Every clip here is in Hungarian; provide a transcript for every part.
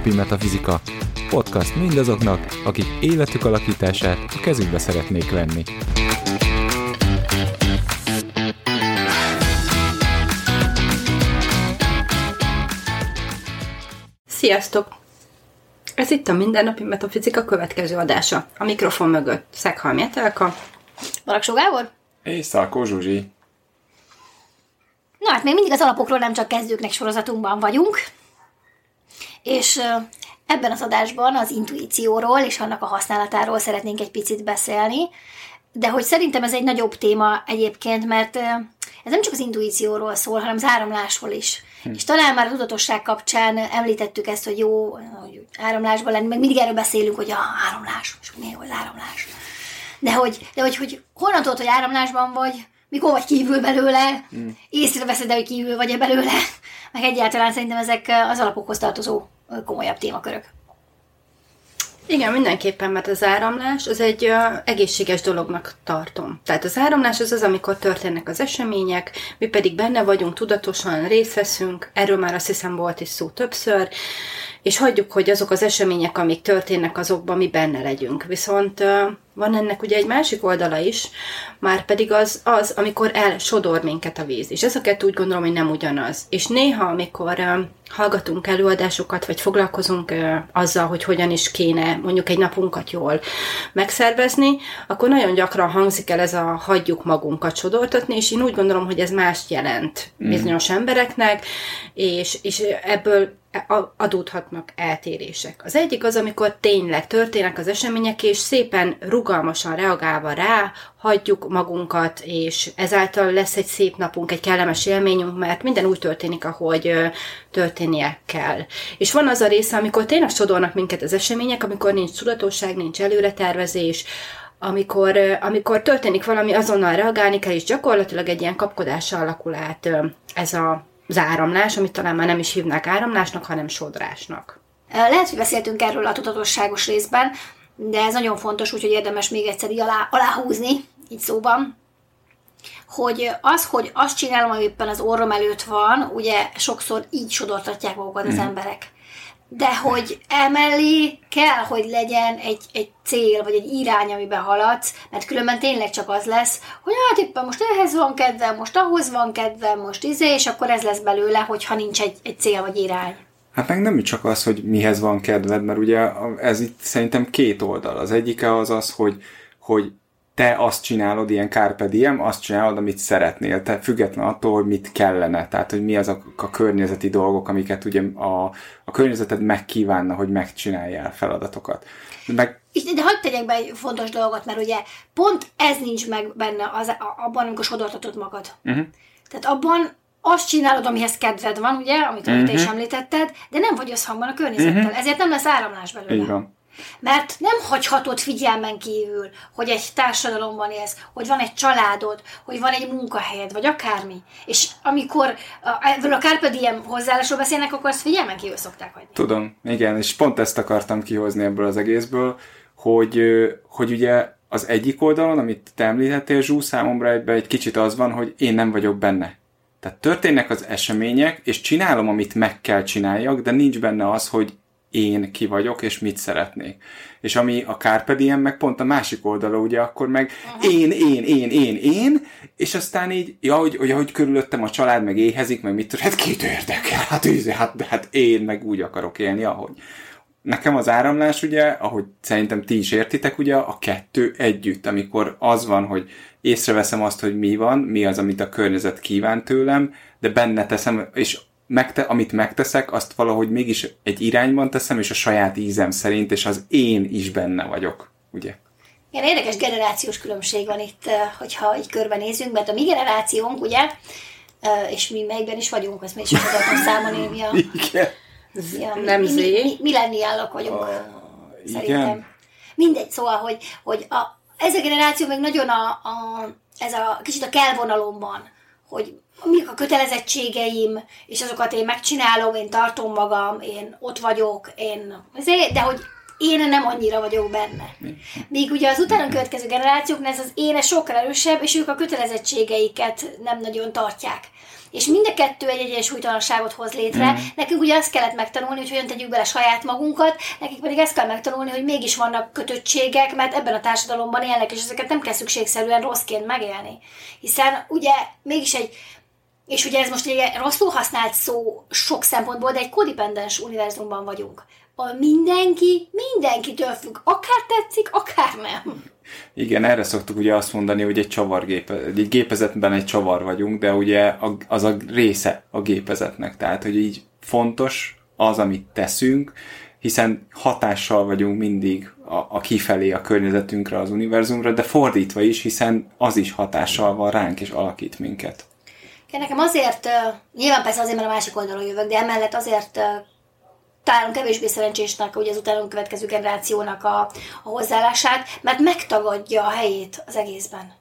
Mindennapi Metafizika. Podcast mindazoknak, akik életük alakítását a kezükbe szeretnék venni. Sziasztok! Ez itt a Mindennapi Metafizika következő adása. A mikrofon mögött Szeghalmi Etelka, Baraksó Gábor És Szalkó Zsuzsi. Na hát még mindig az alapokról nem csak kezdőknek sorozatunkban vagyunk, és ebben az adásban az intuícióról és annak a használatáról szeretnénk egy picit beszélni, de hogy szerintem ez egy nagyobb téma egyébként, mert ez nem csak az intuícióról szól, hanem az áramlásról is. És talán már a tudatosság kapcsán említettük ezt, hogy jó, hogy áramlásban lenni, meg mindig erről beszélünk, hogy áramlás, és mi az áramlás. De hogy honnan tudod, hogy áramlásban vagy, mikor vagy kívül belőle, észreveszed, hogy kívül vagy-e belőle, meg egyáltalán szerintem ezek az alapokhoz tartozó komolyabb témakörök. Igen, mindenképpen, mert az áramlás az egy egészséges dolognak tartom. Tehát az áramlás az, amikor történnek az események, mi pedig benne vagyunk, tudatosan részt veszünk, erről már azt hiszem volt is szó többször, és hagyjuk, hogy azok az események, amik történnek, azokban mi benne legyünk. Viszont van ennek ugye egy másik oldala is, már pedig az, amikor elsodor minket a víz. És ez a kettő úgy gondolom, hogy nem ugyanaz. És néha, amikor hallgatunk előadásokat, vagy foglalkozunk azzal, hogy hogyan is kéne mondjuk egy napunkat jól megszervezni, akkor nagyon gyakran hangzik el ez a hagyjuk magunkat sodortatni, és én úgy gondolom, hogy ez mást jelent bizonyos embereknek, és ebből adódhatnak eltérések. Az egyik az, amikor tényleg történnek az események, és szépen rugalmasan reagálva rá, hagyjuk magunkat, és ezáltal lesz egy szép napunk, egy kellemes élményünk, mert minden úgy történik, ahogy történnie kell. És van az a része, amikor tényleg sodornak minket az események, amikor nincs tudatosság, nincs előretervezés, amikor történik valami, azonnal reagálni kell, és gyakorlatilag egy ilyen kapkodással alakul át ez az áramlás, amit talán már nem is hívnák áramlásnak, hanem sodrásnak. Lehet, hogy beszéltünk erről a tudatosságos részben, de ez nagyon fontos, úgyhogy érdemes még egyszer így aláhúzni, így szóban, hogy azt csinálom, ami éppen az orrom előtt van, ugye sokszor így sodortatják magukat az emberek. De hogy emellé kell, hogy legyen egy cél, vagy egy irány, amiben haladsz, mert különben tényleg csak az lesz, hogy hát éppen most ehhez van kedvem, most ahhoz van kedvem, most és akkor ez lesz belőle, hogyha nincs egy cél vagy irány. Hát meg nem csak az, hogy mihez van kedved, mert ugye ez itt szerintem két oldal. Az egyike az, hogy te azt csinálod, ilyen carpe diem, azt csinálod, amit szeretnél, te független attól, hogy mit kellene, tehát hogy mi az a környezeti dolgok, amiket ugye a környezeted megkívánna, hogy megcsináljál feladatokat. De hagyd tegyek be egy fontos dolgot, mert ugye pont ez nincs meg benne abban, amikor sodortatod magad. Tehát abban azt csinálod, amihez kedved van, ugye, amit te is említetted, de nem vagy összhangban a környezettel, ezért nem lesz áramlás belőle. Így van. Mert nem hagyhatod figyelmen kívül, hogy egy társadalomban élsz, hogy van egy családod, hogy van egy munkahelyed, vagy akármi. És amikor ebből a carpe diem hozzáállásról beszélnek, akkor azt figyelmen kívül szokták hagyni. Tudom, igen, és pont ezt akartam kihozni ebből az egészből, hogy ugye az egyik oldalon, amit te említettél, Zsú, számomra egy kicsit az van, hogy én nem vagyok benne. Tehát történnek az események, és csinálom, amit meg kell csináljak, de nincs benne az, hogy én ki vagyok, és mit szeretnék. És ami a Carpe Diem, meg pont a másik oldala, ugye, akkor meg én, és aztán így, ahogy körülöttem a család, meg éhezik, meg mit tudom, hát kit érdekel, hát én meg úgy akarok élni, ahogy. Nekem az áramlás, ugye, ahogy szerintem ti is értitek, ugye, a kettő együtt, amikor az van, hogy észreveszem azt, hogy mi van, mi az, amit a környezet kíván tőlem, de benne teszem, és amit megteszek, azt valahogy mégis egy irányban teszem, és a saját ízem szerint, és az én is benne vagyok, ugye? Igen, érdekes generációs különbség van itt, hogyha így körbenézünk, mert a mi generációnk, ugye, és mi melyikben is vagyunk, azt még is akartam számolni, mi a... Igen. Nem millenniálok vagyunk, szerintem. Igen. Mindegy, szóval, hogy ez a generáció még nagyon ez a kicsit a kell-vonalomban, hogy mik a kötelezettségeim, és azokat én megcsinálom, én tartom magam, én ott vagyok, de hogy én nem annyira vagyok benne. Míg ugye az utána következő generációknál ez az én sokkal erősebb, és ők a kötelezettségeiket nem nagyon tartják. és mind a kettő egy egyensúlytalanságot hoz létre. Nekünk ugye azt kellett megtanulni, hogy hogyan tegyük bele saját magunkat, nekik pedig ezt kell megtanulni, hogy mégis vannak kötöttségek, mert ebben a társadalomban élnek, és ezeket nem kell szükségszerűen rosszként megélni. Hiszen ugye mégis és ugye ez most egy rosszul használt szó sok szempontból, de egy kodipendens univerzumban vagyunk. Mindenkitől függ, akár tetszik, akár nem. Igen, erre szoktuk ugye azt mondani, hogy egy gépezetben egy csavar vagyunk, de ugye az a része a gépezetnek. Tehát, hogy így fontos az, amit teszünk, hiszen hatással vagyunk mindig a kifelé, a környezetünkre, az univerzumra, de fordítva is, hiszen az is hatással van ránk, és alakít minket. Nekem azért, nyilván persze azért, mert a másik oldalon jövök, de emellett azért talán kevésbé szerencsésnek, ugye az utánunk következő generációnak a hozzáállását, mert megtagadja a helyét az egészben.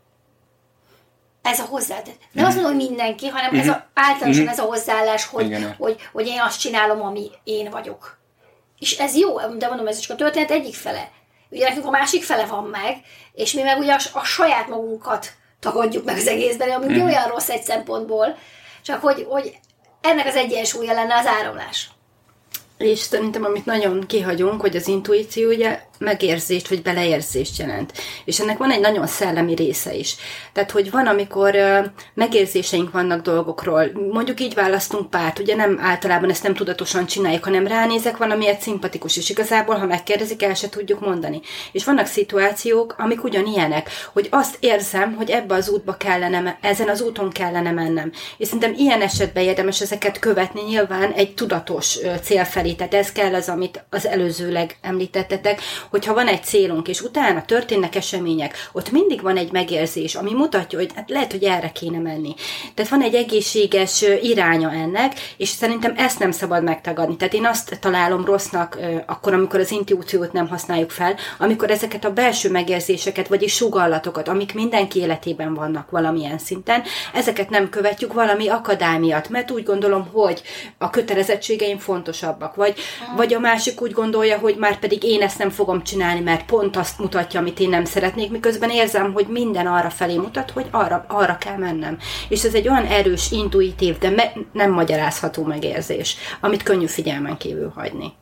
Ez a hozzáállás. Nem azt mondom, hogy mindenki, hanem ez általánosan ez a hozzáállás, hogy én azt csinálom, ami én vagyok. És ez jó, de mondom, ez csak a történet egyik fele. Ugye nekünk a másik fele van meg, és mi meg ugye a saját magunkat tagadjuk meg az egészben, ami olyan rossz egy szempontból, csak hogy ennek az egyensúlya lenne az áramlás. És szerintem, amit nagyon kihagyunk, hogy az intuíció ugye megérzést, vagy beleérzést jelent. És ennek van egy nagyon szellemi része is. Tehát, hogy van, amikor megérzéseink vannak dolgokról, mondjuk így választunk párt, ugye nem általában ezt nem tudatosan csináljuk, hanem ránézek valamiért szimpatikus, és igazából, ha megkérdezik, el se tudjuk mondani. És vannak szituációk, amik ugyanilyenek, hogy azt érzem, hogy ebbe az útba ezen az úton kellene mennem. És szerintem ilyen esetben érdemes ezeket követni, nyilván egy tudatos cél felé. Tehát ez kell az, amit az előzőleg említettetek, hogyha van egy célunk, és utána történnek események, ott mindig van egy megérzés, ami mutatja, hogy hát lehet, hogy erre kéne menni. Tehát van egy egészséges iránya ennek, és szerintem ezt nem szabad megtagadni. Tehát én azt találom rossznak akkor, amikor az intuíciót nem használjuk fel, amikor ezeket a belső megérzéseket, vagyis sugallatokat, amik mindenki életében vannak valamilyen szinten, ezeket nem követjük valami akadály miatt, mert úgy gondolom, hogy a kötelezettségeim fontosabbak, vagy a másik úgy gondolja, hogy már pedig én ezt nem fogom csinálni, mert pont azt mutatja, amit én nem szeretnék, miközben érzem, hogy minden arra felé mutat, hogy arra kell mennem. És ez egy olyan erős, intuitív, de nem magyarázható megérzés, amit könnyű figyelmen kívül hagyni.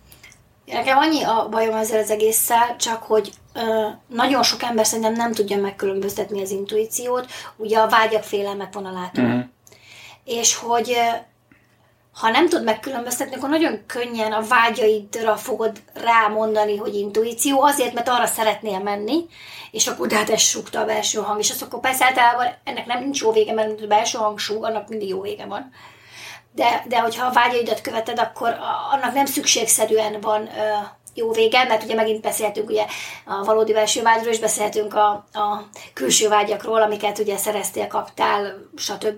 Nekem annyi a bajom ezzel az egésszel, csak hogy nagyon sok ember szerintem nem tudja megkülönböztetni az intuíciót, ugye a vágyak, félelmek vonalától. És hogy ha nem tud megkülönböztetni, akkor nagyon könnyen a vágyaidra fogod rámondani, hogy intuíció, azért, mert arra szeretnél menni, és akkor de hát ez súgta a belső hang, és akkor persze általában ennek nem nincs jó vége, mert a belső hang súg, annak mindig jó vége van. De hogyha a vágyaidat követed, akkor annak nem szükségszerűen van jó vége, mert ugye megint beszéltünk ugye a valódi belső vágyról, és beszéltünk a külső vágyakról, amiket ugye szereztél, kaptál, stb.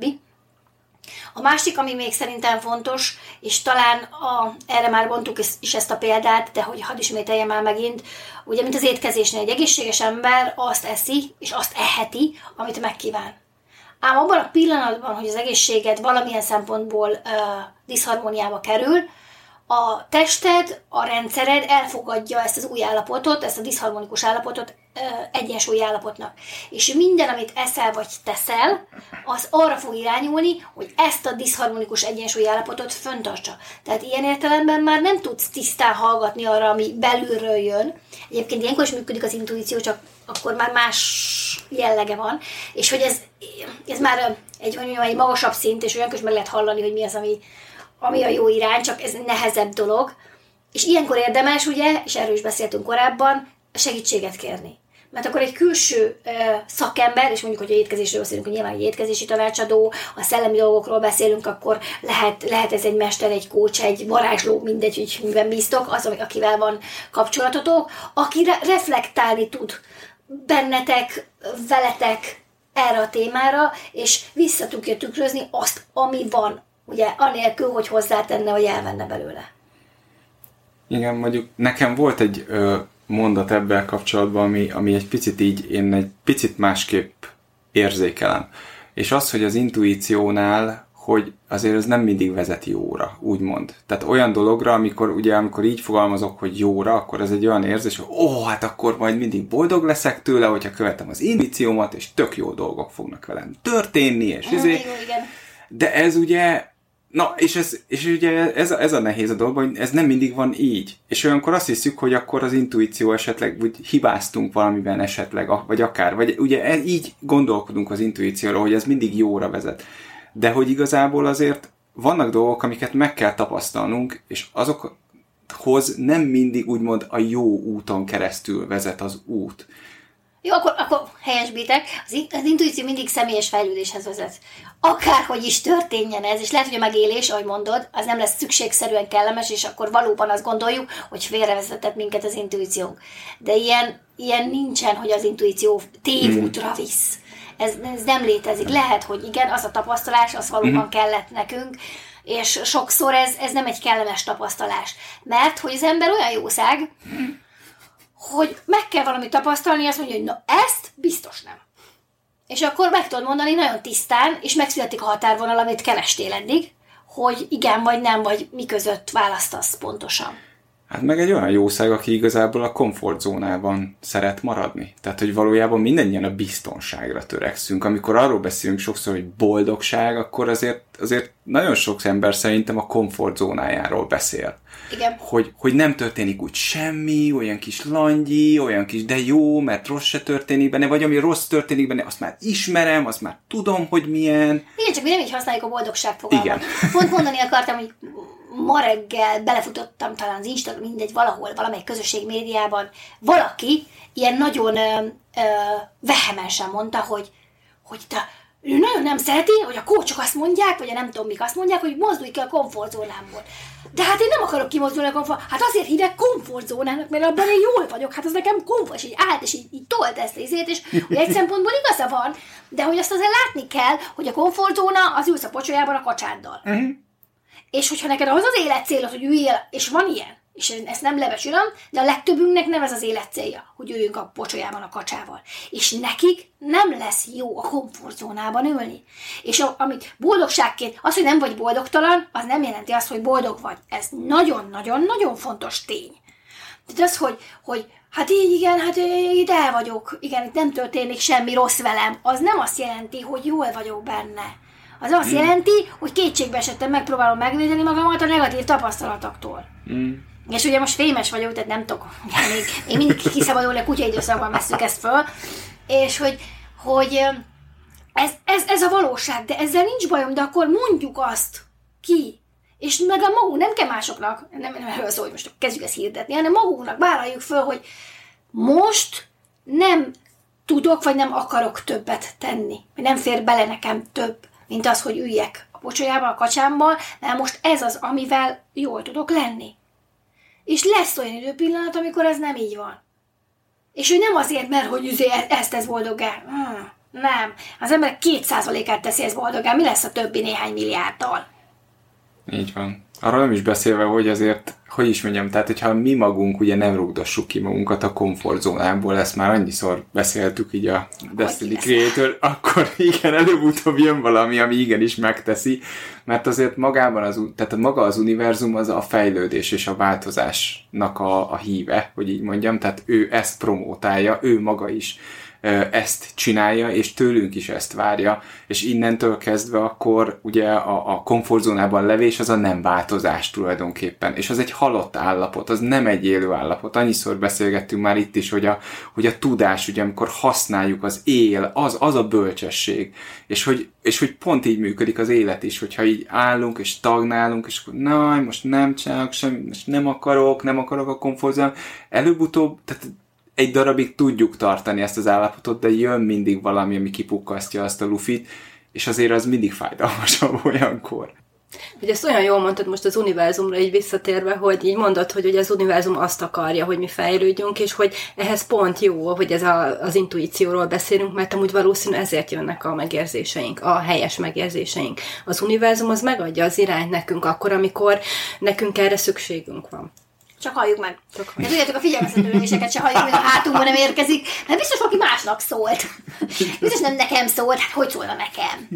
A másik, ami még szerintem fontos, és talán erre már mondtuk is ezt a példát, de hogy hadd ismételjem el megint, ugye, mint az étkezésnél, egy egészséges ember azt eszi, és azt eheti, amit megkíván. Ám abban a pillanatban, hogy az egészséged valamilyen szempontból diszharmóniába kerül, a tested, a rendszered elfogadja ezt az új állapotot, ezt a diszharmonikus állapotot egyensúlyi állapotnak. És minden, amit eszel vagy teszel, az arra fog irányulni, hogy ezt a diszharmonikus egyensúlyi állapotot föntartsa. Tehát ilyen értelemben már nem tudsz tisztán hallgatni arra, ami belülről jön. Egyébként ilyenkor is működik az intuíció, csak akkor már más jellege van. És hogy ez már egy magasabb szint, és olyankor is meg lehet hallani, hogy mi az, ami a jó irány, csak ez nehezebb dolog. És ilyenkor érdemes, ugye, és erről is beszéltünk korábban, segítséget kérni. Mert akkor egy külső szakember, és mondjuk, hogy étkezésről beszélünk, hogy nyilván egy étkezési tanácsadó, a szellemi dolgokról beszélünk, akkor lehet ez egy mester, egy coach, egy varázsló, mindegy, hogy miben bíztok, az, akivel van kapcsolatotok, aki reflektálni tud bennetek, veletek erre a témára, és vissza tudja tükrözni azt, ami van, ugye, anélkül, hogy hozzátenne, vagy elvenne belőle. Igen, mondjuk nekem volt egy mondat ebben kapcsolatban, ami egy picit így, én egy picit másképp érzékelem. És az, hogy az intuíciónál, hogy azért ez nem mindig vezet jóra, úgymond. Tehát olyan dologra, amikor így fogalmazok, hogy jóra, akkor ez egy olyan érzés, hogy hát akkor majd mindig boldog leszek tőle, hogyha követem az intuíciómat, és tök jó dolgok fognak velem történni, és igen. De ez ugye, és ugye ez a nehéz a dolog, hogy ez nem mindig van így. És olyankor azt hiszük, hogy akkor az intuíció esetleg, vagy hibáztunk valamiben esetleg, vagy akár, vagy ugye így gondolkodunk az intuícióról, hogy ez mindig jóra vezet. De hogy igazából azért vannak dolgok, amiket meg kell tapasztalnunk, és azokhoz nem mindig úgymond a jó úton keresztül vezet az út. Jó, akkor helyesbítek. Az intuíció mindig személyes fejlődéshez vezet. Akárhogy is történjen ez, és lehet, hogy a megélés, ahogy mondod, az nem lesz szükségszerűen kellemes, és akkor valóban azt gondoljuk, hogy félrevezetett minket az intuíciónk. De ilyen nincsen, hogy az intuíció tévútra visz. Ez nem létezik. Lehet, hogy igen, az a tapasztalás, az valóban kellett nekünk, és sokszor ez nem egy kellemes tapasztalás. Mert hogy az ember olyan jószág, hogy meg kell valamit tapasztalni, azt mondja, hogy na ezt biztos nem. És akkor meg tudod mondani nagyon tisztán, és megszületik a határvonal, amit kerestél eddig, hogy igen vagy nem, vagy mi között választasz pontosan. Hát meg egy olyan jószág, aki igazából a komfortzónában szeret maradni. Tehát, hogy valójában mindannyian a biztonságra törekszünk. Amikor arról beszélünk sokszor, hogy boldogság, akkor azért nagyon sok ember szerintem a komfortzónájáról beszél. Igen. Hogy nem történik úgy semmi, olyan kis langyi, olyan kis de jó, mert rossz se történik benne, vagy ami rossz történik benne, azt már ismerem, azt már tudom, hogy milyen. Igen, csak mi nem így használjuk a boldogság fogalmat. Igen. Pont mondani akartam, hogy ma reggel belefutottam talán az Instagram, mindegy, valahol, valamelyik közösség médiában, valaki ilyen nagyon vehemensen mondta, hogy ő nagyon nem szereti, hogy a kócsok azt mondják, vagy a nem tudom mik azt mondják, hogy mozdulj ki a komfortzónámból. De hát én nem akarok kimozdulni a komfortzónámból. Hát azért hívják komfortzónának, mert abban én jól vagyok. Hát az nekem komfort, és így állt, és így tolt ezt azért, és hogy egy szempontból igaza van, de hogy azt azért látni kell, hogy a komfortzóna az ülsz a pocsolyában a kacsáddal. És hogyha neked az az életcélod, hogy üljél, és van ilyen, és ezt nem lebecsülöm, de a legtöbbünknek nem ez az életcélja, hogy üljünk a pocsolyában a kacsával. És nekik nem lesz jó a komfortzónában ülni. És amit boldogságként, az, hogy nem vagy boldogtalan, az nem jelenti azt, hogy boldog vagy. Ez nagyon-nagyon-nagyon fontos tény. Tehát az, hogy hát így igen, hát itt el vagyok, igen, itt nem történik semmi rossz velem, az nem azt jelenti, hogy jól vagyok benne. Az azt jelenti, hogy kétségbe esettem, megpróbálom megvédeni magamat a negatív tapasztalatoktól. És ugye most fémes vagyok, tehát nem tudok, én mindig kiszabadulni, a kutyaidőszakban vesszük ezt föl, és hogy ez a valóság, de ezzel nincs bajom, de akkor mondjuk azt ki. És meg a magunk, nem kell másoknak, nem erről szól, hogy most kezdjük ezt hirdetni, hanem magunknak vállaljuk föl, hogy most nem tudok, vagy nem akarok többet tenni. Nem fér bele nekem több, mint az, hogy üljek a pocsolyában, a kacsámmal, mert most ez az, amivel jól tudok lenni. És lesz olyan időpillanat, amikor ez nem így van. És ő nem azért, mert hogy ezt boldogá. Nem. Az emberek 2%-át teszi ezt boldogá. Mi lesz a többi néhány milliárddal? Így van. Arról nem is beszélve, hogy azért, hogy is mondjam, tehát hogyha mi magunk ugye nem rúgdassuk ki magunkat a komfortzónából, ezt már annyiszor beszéltük így a Destiny Creator, akkor igen, előbb-utóbb jön valami, ami igenis megteszi, mert azért magában tehát maga az univerzum az a fejlődés és a változásnak a híve, hogy így mondjam, tehát ő ezt promótálja, ő maga is ezt csinálja, és tőlünk is ezt várja, és innentől kezdve akkor ugye a komfortzónában levés az a nem változás tulajdonképpen, és az egy halott állapot, az nem egy élő állapot. Annyiszor beszélgettünk már itt is, hogy a tudás, ugye amikor használjuk, az él, az a bölcsesség, és hogy pont így működik az élet is, hogyha így állunk, és stagnálunk, és akkor most nem csinálok semmit, most nem akarok a komfortzónában, előbb-utóbb, tehát egy darabig tudjuk tartani ezt az állapotot, de jön mindig valami, ami kipukkasztja azt a lufit, és azért az mindig fájdalmasabb olyankor. Ugye ezt olyan jól mondtad most az univerzumra így visszatérve, hogy így mondod, hogy ugye az univerzum azt akarja, hogy mi fejlődjünk, és hogy ehhez pont jó, hogy ez az intuícióról beszélünk, mert amúgy valószínű ezért jönnek a megérzéseink, a helyes megérzéseink. Az univerzum az megadja az irányt nekünk akkor, amikor nekünk erre szükségünk van. Csak halljuk meg. De tudjátok, a figyelmeztetőléseket se halljuk, hogy a hátunkban nem érkezik, mert biztos valaki másnak szólt. Biztos nem nekem szólt, hát hogy szólna nekem?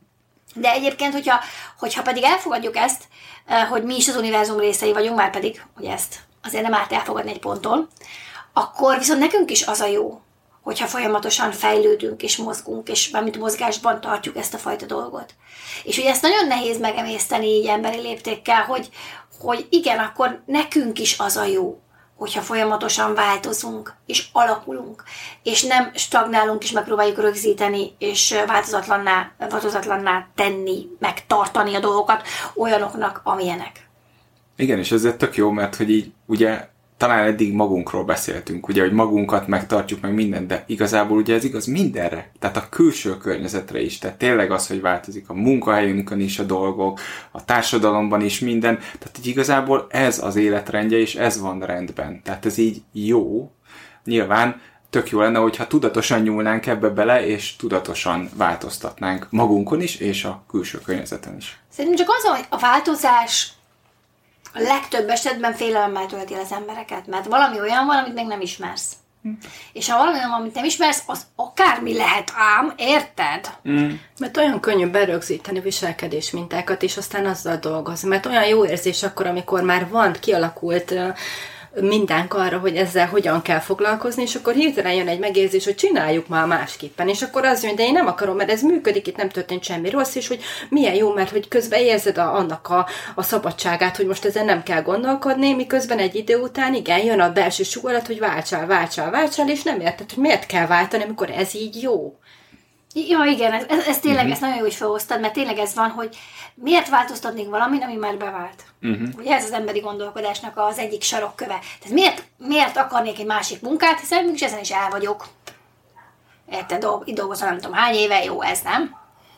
De egyébként, hogyha pedig elfogadjuk ezt, hogy mi is az univerzum részei vagyunk, már pedig, hogy ezt azért nem árt elfogadni egy ponton, akkor viszont nekünk is az a jó, hogyha folyamatosan fejlődünk és mozgunk, és valamint mozgásban tartjuk ezt a fajta dolgot. És ugye ezt nagyon nehéz megemészteni így emberi léptékkel, hogy igen, akkor nekünk is az a jó, hogyha folyamatosan változunk, és alakulunk, és nem stagnálunk, és megpróbáljuk rögzíteni, és változatlanná tenni, megtartani a dolgokat olyanoknak, amilyenek. Igen, és ez tök jó, mert hogy így ugye talán eddig magunkról beszéltünk, ugye, hogy magunkat megtartjuk meg mindent, de igazából ugye ez igaz mindenre, tehát a külső környezetre is, tehát tényleg az, hogy változik a munkahelyünkön is a dolgok, a társadalomban is minden, tehát így igazából ez az életrendje, és ez van rendben, tehát ez így jó, nyilván tök jó lenne, hogyha tudatosan nyúlnánk ebbe bele, és tudatosan változtatnánk magunkon is, és a külső környezeten is. Szerintem csak az, hogy a változás a legtöbb esetben félelemmel tölti az embereket, mert valami olyan van, amit még nem ismersz. És ha valami olyan van, amit nem ismersz, az akármi lehet ám, érted? Mert olyan könnyű berögzíteni viselkedés mintákat, és aztán azzal dolgozni. Mert olyan jó érzés akkor, amikor már van kialakult mindánk arra, hogy ezzel hogyan kell foglalkozni, és akkor hirtelen jön egy megérzés, hogy csináljuk már másképpen, és akkor az jön, de én nem akarom, mert ez működik, itt nem történt semmi rossz, és hogy milyen jó, mert hogy közben érzed annak a szabadságát, hogy most ezen nem kell gondolkodni, miközben egy idő után igen, jön a belső sugallat, hogy váltsál, és nem érted, hogy miért kell váltani, amikor ez így jó. Ja, igen, ez tényleg, ezt nagyon jó is felhoztad, mert tényleg ez van, hogy miért változtatnék valamin, ami már bevált. Ugye ez az emberi gondolkodásnak az egyik sarokköve. Tehát miért akarnék egy másik munkát, hiszen mégis ezen is el vagyok. Érted, itt dolgozom nem tudom hány éve, jó, ez nem.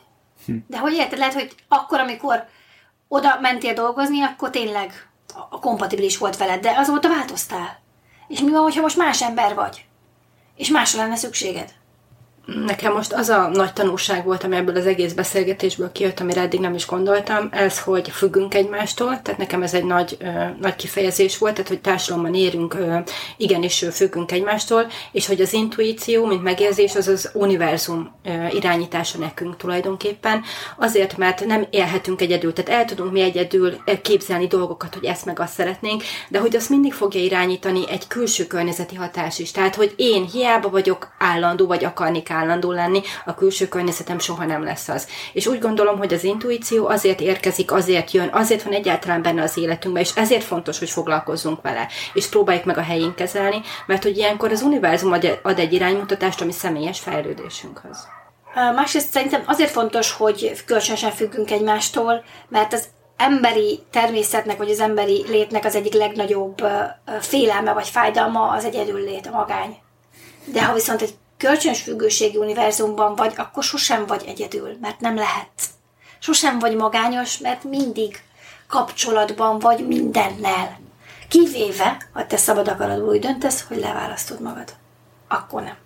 De hogy érted, lehet, hogy akkor, amikor oda mentél dolgozni, akkor tényleg a kompatibilis volt veled, de azóta változtál. És mi van, hogyha most más ember vagy? És másra lenne szükséged? Nekem most az a nagy tanulság volt, ami ebből az egész beszélgetésből kijött, amire eddig nem is gondoltam, ez, hogy függünk egymástól, tehát nekem ez egy nagy kifejezés volt, tehát hogy társadalomban érünk, igenis függünk egymástól, és hogy az intuíció, mint megérzés, az az univerzum irányítása nekünk tulajdonképpen, azért, mert nem élhetünk egyedül, tehát el tudunk mi egyedül képzelni dolgokat, hogy ezt meg azt szeretnénk, de hogy azt mindig fogja irányítani egy külső környezeti hatás is, tehát hogy én hiába vagyok állandó, vagy akarnék állandó lenni, a külső környezetem soha nem lesz az. És úgy gondolom, hogy az intuíció azért érkezik, azért jön, azért van egyáltalán benne az életünkben, és ezért fontos, hogy foglalkozzunk vele, és próbáljuk meg a helyén kezelni, mert hogy ilyenkor az univerzum ad egy iránymutatást a mi személyes fejlődésünkhöz. Másrészt szerintem azért fontos, hogy kölcsönösen függünk egymástól, mert az emberi természetnek, vagy az emberi létnek az egyik legnagyobb félelme, vagy fájdalma az egyedüllét, a magány. De ha viszont egy kölcsönös függőségi univerzumban vagy, akkor sosem vagy egyedül, mert nem lehetsz. Sosem vagy magányos, mert mindig kapcsolatban vagy mindennel. Kivéve, ha te szabad akaratból úgy döntesz, hogy leválasztod magad. Akkor nem.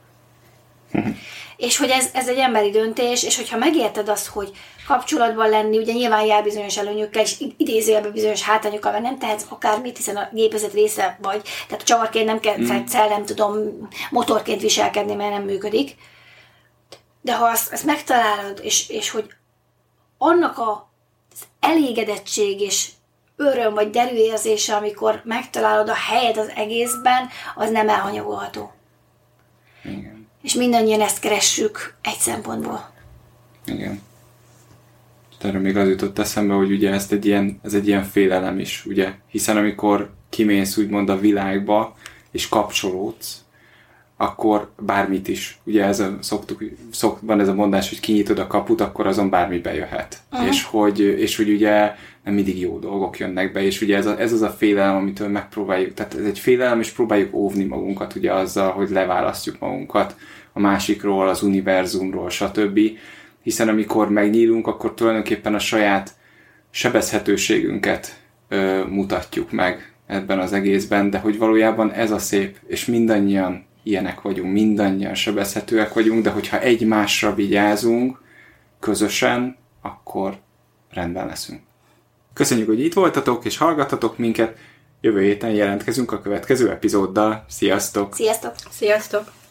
És hogy ez egy emberi döntés, és hogyha megérted azt, hogy kapcsolatban lenni, ugye nyilván jár bizonyos előnyökkel, és idézőjelben bizonyos hátrányokkal, mert nem tehetsz akármit, hiszen a gépezet része vagy, tehát csavarként nem kell fetszel, nem tudom, motorként viselkedni, mert nem működik. De ha ezt megtalálod, és hogy annak az elégedettség és öröm vagy derűérzése, amikor megtalálod a helyed az egészben, az nem elhanyagolható. Igen. És mindannyian ezt keressük egy szempontból. Igen. Erről még az jutott eszembe, hogy ugye ez egy ilyen félelem is, ugye? Hiszen amikor kimész úgymond a világba, és kapcsolódsz, akkor bármit is, ugye van ez a mondás, hogy kinyitod a kaput, akkor azon bármi bejöhet. És hogy ugye nem mindig jó dolgok jönnek be, és ugye ez az a félelem, amitől megpróbáljuk, tehát ez egy félelem, és próbáljuk óvni magunkat ugye azzal, hogy leválasztjuk magunkat a másikról, az univerzumról, stb. Hiszen amikor megnyílunk, akkor tulajdonképpen a saját sebezhetőségünket mutatjuk meg ebben az egészben, de hogy valójában ez a szép, és mindannyian ilyenek vagyunk, mindannyian sebezhetőek vagyunk, de hogyha egymásra vigyázunk közösen, akkor rendben leszünk. Köszönjük, hogy itt voltatok, és hallgattatok minket. Jövő héten jelentkezünk a következő epizóddal. Sziasztok! Sziasztok! Sziasztok!